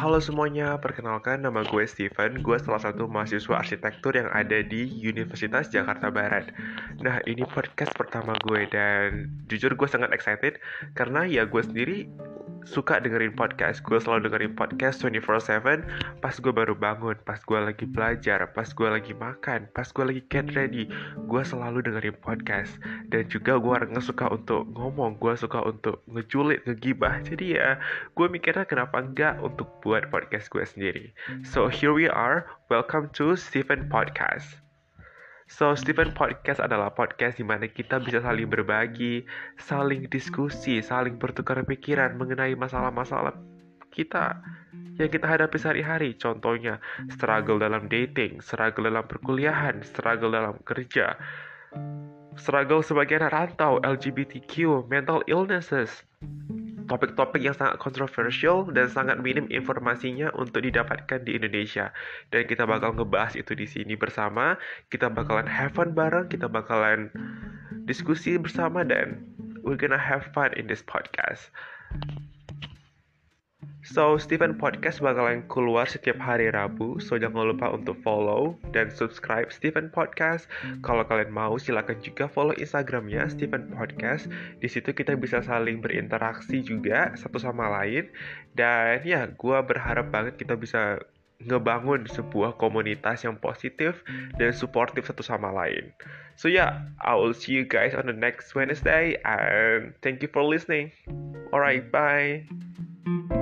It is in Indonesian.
Halo semuanya, perkenalkan nama gue Steven. Gue salah satu mahasiswa arsitektur yang ada di Universitas Jakarta Barat. Nah, ini podcast pertama gue dan jujur gue sangat excited karena ya gue sendiri suka dengerin podcast. Gue selalu dengerin podcast 24/7 pas gue baru bangun, pas gue lagi belajar, pas gue lagi makan, pas gue lagi get ready. Gue selalu dengerin podcast. Dan juga gue orangnya suka untuk ngomong, gue suka untuk ngejulit, ngegibah. Jadi ya, gue mikirnya kenapa enggak untuk buat podcast gue sendiri. So here we are, welcome to Stephen Podcast. So, Stephen Podcast adalah podcast di mana kita bisa saling berbagi, saling diskusi, saling bertukar pikiran mengenai masalah-masalah kita yang kita hadapi sehari-hari. Contohnya, struggle dalam dating, struggle dalam perkuliahan, struggle dalam kerja, struggle sebagai anak rantau, LGBTQ, mental illnesses, topik-topik yang sangat kontroversial dan sangat minim informasinya untuk didapatkan di Indonesia. Dan kita bakal ngebahas itu di sini bersama. Kita bakalan have fun bareng, kita bakalan diskusi bersama, dan we're gonna have fun in this podcast. So, Stephen Podcast bakalan keluar setiap hari Rabu, so jangan lupa untuk follow dan subscribe Stephen Podcast. Kalau kalian mau, silakan juga follow Instagramnya Stephen Podcast. Di situ kita bisa saling berinteraksi juga satu sama lain. Dan ya, gue berharap banget kita bisa ngebangun sebuah komunitas yang positif dan suportif satu sama lain. So yeah, I will see you guys on the next Wednesday and thank you for listening. Alright, bye.